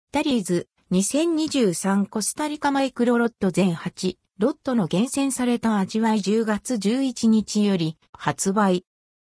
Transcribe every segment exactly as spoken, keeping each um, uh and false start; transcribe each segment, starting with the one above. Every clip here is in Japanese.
タリーズにせんにじゅうさんコスタリカマイクロロット全はちロットの厳選された味わいじゅうがつじゅういちにちより発売。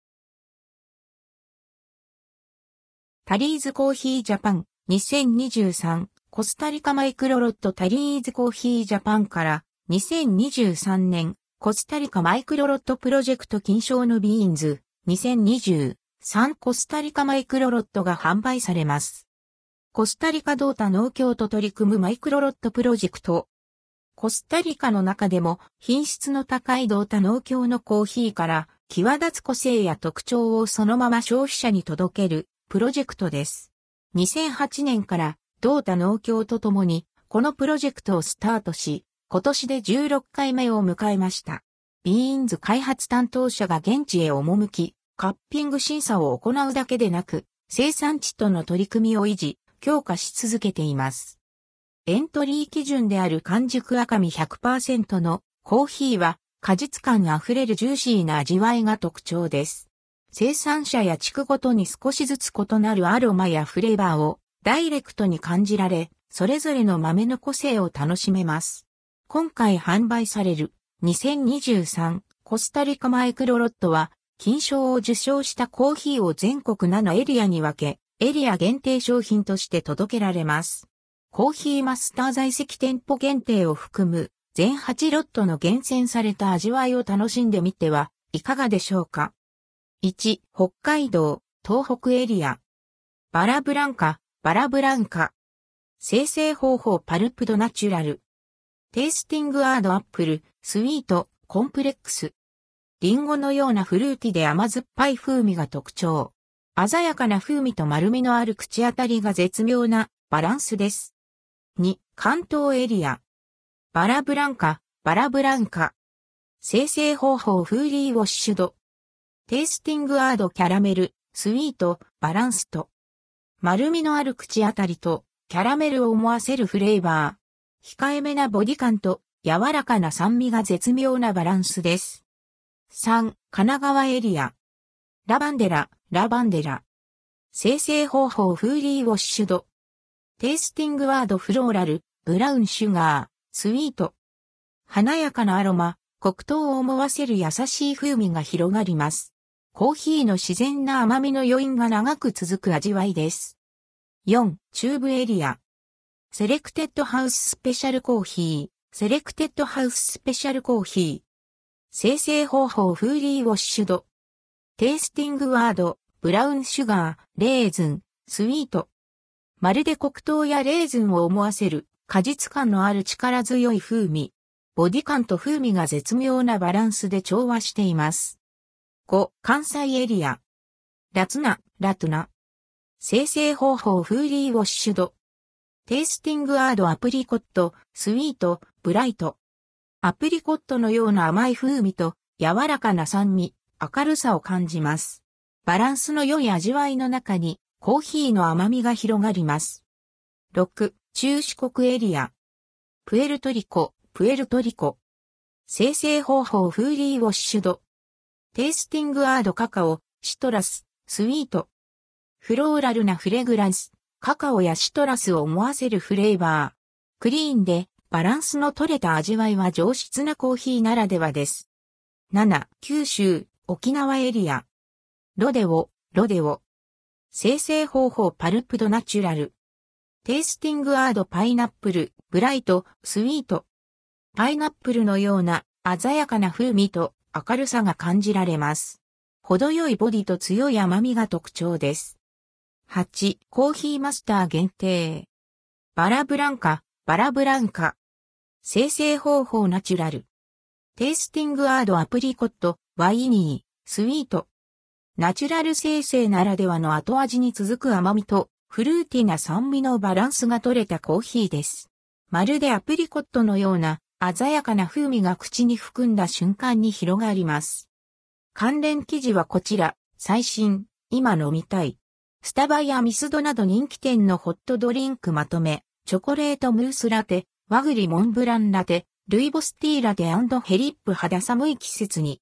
タリーズコーヒージャパンにせんにじゅうさんコスタリカマイクロロットタリーズコーヒージャパンからにせんにじゅうさんねんコスタリカマイクロロットプロジェクト金賞のビーンズにせんにじゅうさんコスタリカマイクロロットが販売されます。コスタリカドータ農協と取り組むマイクロロットプロジェクト。コスタリカの中でも品質の高いドータ農協のコーヒーから際立つ個性や特徴をそのまま消費者に届けるプロジェクトです。にせんはちねんからドータ農協とともにこのプロジェクトをスタートし、今年でじゅうろっかいめを迎えました。ビーンズ開発担当者が現地へ赴き、カッピング審査を行うだけでなく、生産地との取り組みを維持、強化し続けています。エントリー基準である完熟赤身 ひゃくパーセント のコーヒーは果実感あふれるジューシーな味わいが特徴です。生産者や地区ごとに少しずつ異なるアロマやフレーバーをダイレクトに感じられ、それぞれの豆の個性を楽しめます。今回販売されるにせんにじゅうさんコスタリカマイクロロットは金賞を受賞したコーヒーを全国ななエリアに分け、エリア限定商品として届けられます。コーヒーマスター在籍店舗限定を含む全はちロットの厳選された味わいを楽しんでみてはいかがでしょうか。いち、北海道、東北エリア。バラブランカ、バラブランカ。生成方法パルプドナチュラル。テイスティングアードアップル、スイート、コンプレックス。リンゴのようなフルーティで甘酸っぱい風味が特徴。鮮やかな風味と丸みのある口当たりが絶妙なバランスです。に、関東エリア。バラブランカ、バラブランカ。生成方法フーリーウォッシュド。テイスティングアードキャラメル、スイート、バランスト。丸みのある口当たりとキャラメルを思わせるフレーバー。控えめなボディ感と柔らかな酸味が絶妙なバランスです。さん、神奈川エリア。ラバンデラ、ラバンデラ。生成方法フーリーウォッシュド。テイスティングワードフローラル、ブラウンシュガー、スイート。華やかなアロマ、黒糖を思わせる優しい風味が広がります。コーヒーの自然な甘みの余韻が長く続く味わいです。よん、中部エリア。セレクテッドハウススペシャルコーヒー、セレクテッドハウススペシャルコーヒー。生成方法フーリーウォッシュド。テイスティングワード、ブラウンシュガー、レーズン、スイート。まるで黒糖やレーズンを思わせる果実感のある力強い風味。ボディ感と風味が絶妙なバランスで調和しています。ご、関西エリア。ラツナ、ラトゥナ。生成方法フーリーウォッシュド。テイスティングアードアプリコット、スイート、ブライト。アプリコットのような甘い風味と柔らかな酸味、明るさを感じます。バランスの良い味わいの中にコーヒーの甘みが広がります。ろく、中四国エリア。プエルトリコ、プエルトリコ。生成方法フーリーウォッシュド。テイスティングアードカカオ、シトラス、スイート。フローラルなフレグランス、カカオやシトラスを思わせるフレーバー。クリーンでバランスの取れた味わいは上質なコーヒーならではです。なな、九州、沖縄エリア。ロデオ、ロデオ。生成方法パルプドナチュラル。テイスティングアードパイナップル、ブライト、スイート。パイナップルのような鮮やかな風味と明るさが感じられます。程よいボディと強い甘みが特徴です。はち、コーヒーマスター限定。バラブランカ、バラブランカ。生成方法ナチュラル。テイスティングアードアプリコット、ワイニー、スイート。ナチュラル生成ならではの後味に続く甘みとフルーティーな酸味のバランスが取れたコーヒーです。まるでアプリコットのような鮮やかな風味が口に含んだ瞬間に広がります。関連記事はこちら、最新、今飲みたい。スタバやミスドなど人気店のホットドリンクまとめ、チョコレートムースラテ、和栗モンブランラテ、ルイボスティーラテ&ヘリップ肌寒い季節に